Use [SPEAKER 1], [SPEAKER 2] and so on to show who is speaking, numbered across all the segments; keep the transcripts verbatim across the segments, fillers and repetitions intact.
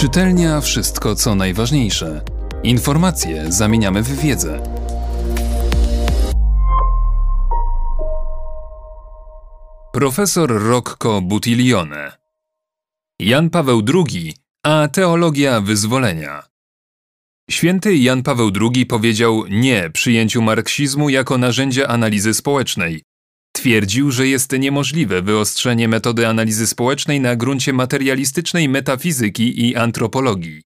[SPEAKER 1] Czytelnia wszystko, co najważniejsze. Informacje zamieniamy w wiedzę. Profesor Rocco Buttiglione. Jan Paweł drugi, a teologia wyzwolenia. Święty Jan Paweł drugi powiedział nie przyjęciu marksizmu jako narzędzia analizy społecznej. Twierdził, że jest niemożliwe wyostrzenie metody analizy społecznej na gruncie materialistycznej metafizyki i antropologii.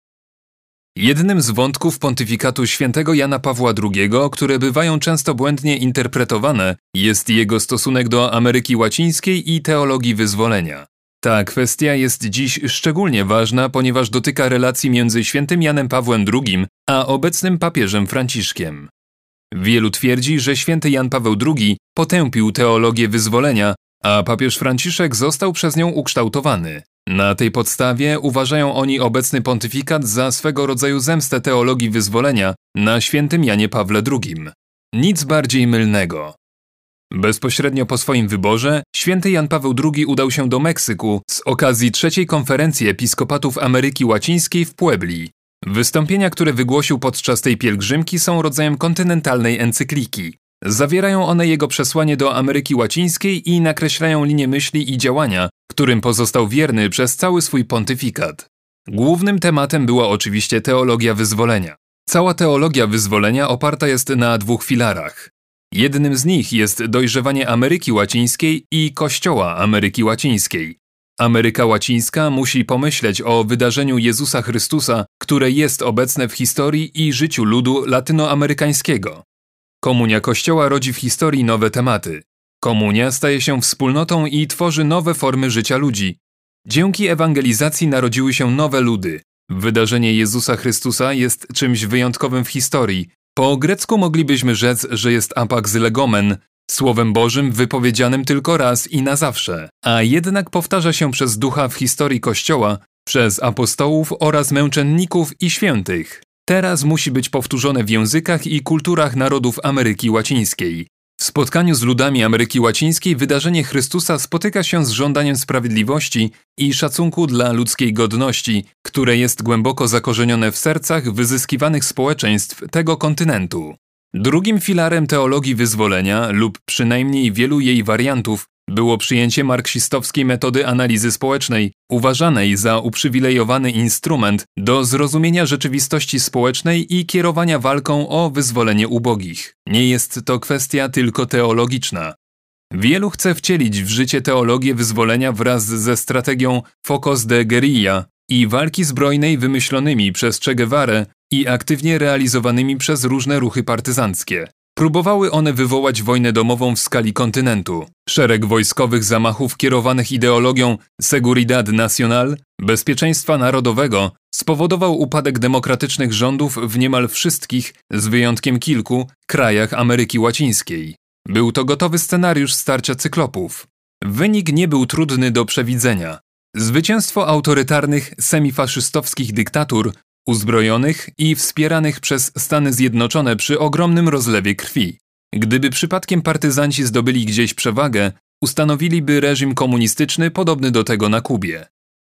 [SPEAKER 1] Jednym z wątków pontyfikatu świętego Jana Pawła drugiego, które bywają często błędnie interpretowane, jest jego stosunek do Ameryki Łacińskiej i teologii wyzwolenia. Ta kwestia jest dziś szczególnie ważna, ponieważ dotyka relacji między świętym Janem Pawłem drugim a obecnym papieżem Franciszkiem. Wielu twierdzi, że święty Jan Paweł drugi potępił teologię wyzwolenia, a papież Franciszek został przez nią ukształtowany. Na tej podstawie uważają oni obecny pontyfikat za swego rodzaju zemstę teologii wyzwolenia na świętym Janie Pawle drugim. Nic bardziej mylnego. Bezpośrednio po swoim wyborze święty Jan Paweł drugi udał się do Meksyku z okazji trzeciej konferencji episkopatów Ameryki Łacińskiej w Puebli. Wystąpienia, które wygłosił podczas tej pielgrzymki, są rodzajem kontynentalnej encykliki. Zawierają one jego przesłanie do Ameryki Łacińskiej i nakreślają linię myśli i działania, którym pozostał wierny przez cały swój pontyfikat. Głównym tematem była oczywiście teologia wyzwolenia. Cała teologia wyzwolenia oparta jest na dwóch filarach. Jednym z nich jest dojrzewanie Ameryki Łacińskiej i Kościoła Ameryki Łacińskiej. Ameryka Łacińska musi pomyśleć o wydarzeniu Jezusa Chrystusa, które jest obecne w historii i życiu ludu latynoamerykańskiego. Komunia Kościoła rodzi w historii nowe tematy. Komunia staje się wspólnotą i tworzy nowe formy życia ludzi. Dzięki ewangelizacji narodziły się nowe ludy. Wydarzenie Jezusa Chrystusa jest czymś wyjątkowym w historii. Po grecku moglibyśmy rzec, że jest apax legomen, słowem Bożym wypowiedzianym tylko raz i na zawsze, a jednak powtarza się przez ducha w historii Kościoła, przez apostołów oraz męczenników i świętych. Teraz musi być powtórzone w językach i kulturach narodów Ameryki Łacińskiej. W spotkaniu z ludami Ameryki Łacińskiej wydarzenie Chrystusa spotyka się z żądaniem sprawiedliwości i szacunku dla ludzkiej godności, które jest głęboko zakorzenione w sercach wyzyskiwanych społeczeństw tego kontynentu. Drugim filarem teologii wyzwolenia, lub przynajmniej wielu jej wariantów, było przyjęcie marksistowskiej metody analizy społecznej, uważanej za uprzywilejowany instrument do zrozumienia rzeczywistości społecznej i kierowania walką o wyzwolenie ubogich. Nie jest to kwestia tylko teologiczna. Wielu chce wcielić w życie teologię wyzwolenia wraz ze strategią focus de guerilla i walki zbrojnej wymyślonymi przez Che Guevarę i aktywnie realizowanymi przez różne ruchy partyzanckie. Próbowały one wywołać wojnę domową w skali kontynentu. Szereg wojskowych zamachów kierowanych ideologią Seguridad Nacional, bezpieczeństwa narodowego, spowodował upadek demokratycznych rządów w niemal wszystkich, z wyjątkiem kilku, krajach Ameryki Łacińskiej. Był to gotowy scenariusz starcia cyklopów. Wynik nie był trudny do przewidzenia. Zwycięstwo autorytarnych, semifaszystowskich dyktatur, uzbrojonych i wspieranych przez Stany Zjednoczone przy ogromnym rozlewie krwi. Gdyby przypadkiem partyzanci zdobyli gdzieś przewagę, ustanowiliby reżim komunistyczny podobny do tego na Kubie.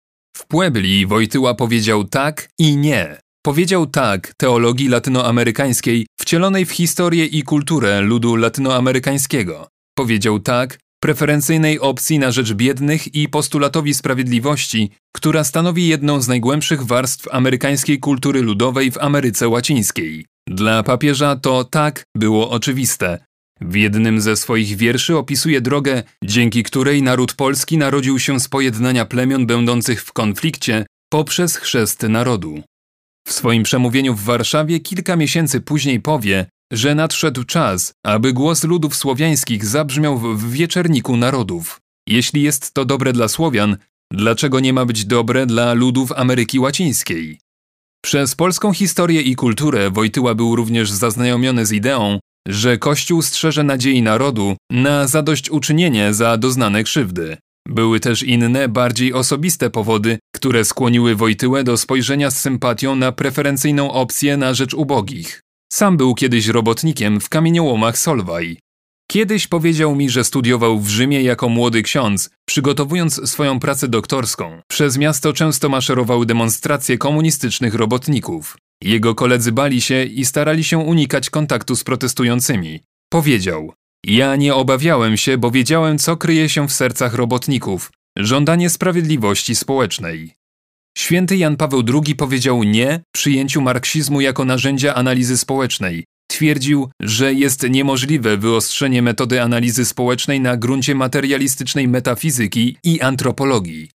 [SPEAKER 1] W Puebli Wojtyła powiedział tak i nie. Powiedział tak teologii latynoamerykańskiej wcielonej w historię i kulturę ludu latynoamerykańskiego. Powiedział tak preferencyjnej opcji na rzecz biednych i postulatowi sprawiedliwości, która stanowi jedną z najgłębszych warstw amerykańskiej kultury ludowej w Ameryce Łacińskiej. Dla papieża to tak było oczywiste. W jednym ze swoich wierszy opisuje drogę, dzięki której naród polski narodził się z pojednania plemion będących w konflikcie poprzez chrzest narodu. W swoim przemówieniu w Warszawie kilka miesięcy później powie, że nadszedł czas, aby głos ludów słowiańskich zabrzmiał w wieczerniku narodów. Jeśli jest to dobre dla Słowian, dlaczego nie ma być dobre dla ludów Ameryki Łacińskiej? Przez polską historię i kulturę Wojtyła był również zaznajomiony z ideą, że Kościół strzeże nadziei narodu na zadośćuczynienie za doznane krzywdy. Były też inne, bardziej osobiste powody, które skłoniły Wojtyłę do spojrzenia z sympatią na preferencyjną opcję na rzecz ubogich. Sam był kiedyś robotnikiem w kamieniołomach Solvay. Kiedyś powiedział mi, że studiował w Rzymie jako młody ksiądz, przygotowując swoją pracę doktorską. Przez miasto często maszerowały demonstracje komunistycznych robotników. Jego koledzy bali się i starali się unikać kontaktu z protestującymi. Powiedział: ja nie obawiałem się, bo wiedziałem, co kryje się w sercach robotników. Żądanie sprawiedliwości społecznej. Święty Jan Paweł drugi powiedział nie przyjęciu marksizmu jako narzędzia analizy społecznej. Twierdził, że jest niemożliwe wyostrzenie metody analizy społecznej na gruncie materialistycznej metafizyki i antropologii.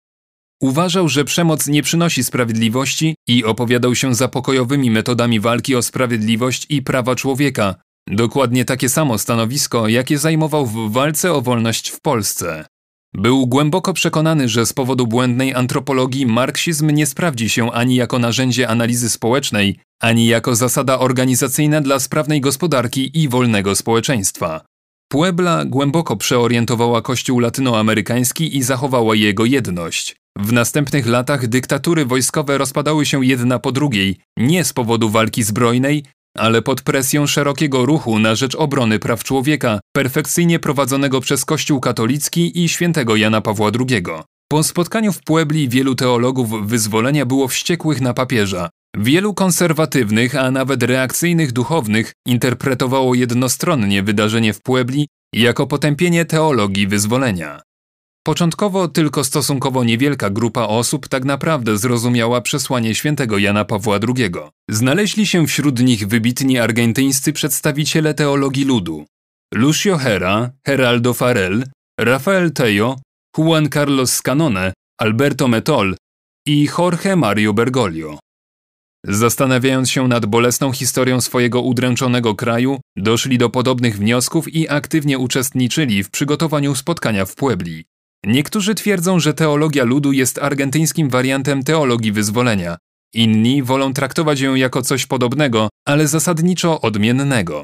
[SPEAKER 1] Uważał, że przemoc nie przynosi sprawiedliwości i opowiadał się za pokojowymi metodami walki o sprawiedliwość i prawa człowieka. Dokładnie takie samo stanowisko, jakie zajmował w walce o wolność w Polsce. Był głęboko przekonany, że z powodu błędnej antropologii marksizm nie sprawdzi się ani jako narzędzie analizy społecznej, ani jako zasada organizacyjna dla sprawnej gospodarki i wolnego społeczeństwa. Puebla głęboko przeorientowała Kościół latynoamerykański i zachowała jego jedność. W następnych latach dyktatury wojskowe rozpadały się jedna po drugiej, nie z powodu walki zbrojnej, ale pod presją szerokiego ruchu na rzecz obrony praw człowieka, perfekcyjnie prowadzonego przez Kościół katolicki i świętego Jana Pawła drugiego. Po spotkaniu w Puebli wielu teologów wyzwolenia było wściekłych na papieża. Wielu konserwatywnych, a nawet reakcyjnych duchownych interpretowało jednostronnie wydarzenie w Puebli jako potępienie teologii wyzwolenia. Początkowo tylko stosunkowo niewielka grupa osób tak naprawdę zrozumiała przesłanie świętego Jana Pawła drugiego. Znaleźli się wśród nich wybitni argentyńscy przedstawiciele teologii ludu: Lucio Hera, Geraldo Farel, Rafael Tello, Juan Carlos Scanone, Alberto Metol i Jorge Mario Bergoglio. Zastanawiając się nad bolesną historią swojego udręczonego kraju, doszli do podobnych wniosków i aktywnie uczestniczyli w przygotowaniu spotkania w Puebli. Niektórzy twierdzą, że teologia ludu jest argentyńskim wariantem teologii wyzwolenia. Inni wolą traktować ją jako coś podobnego, ale zasadniczo odmiennego.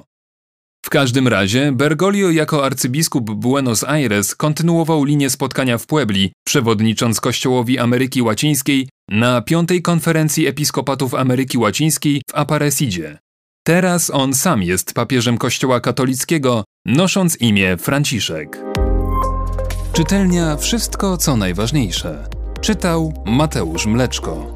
[SPEAKER 1] W każdym razie Bergoglio jako arcybiskup Buenos Aires kontynuował linię spotkania w Puebli, przewodnicząc Kościołowi Ameryki Łacińskiej na piątej konferencji episkopatów Ameryki Łacińskiej w Aparecidzie. Teraz on sam jest papieżem Kościoła katolickiego, nosząc imię Franciszek. Czytelnia Wszystko, co najważniejsze. Czytał Mateusz Mleczko.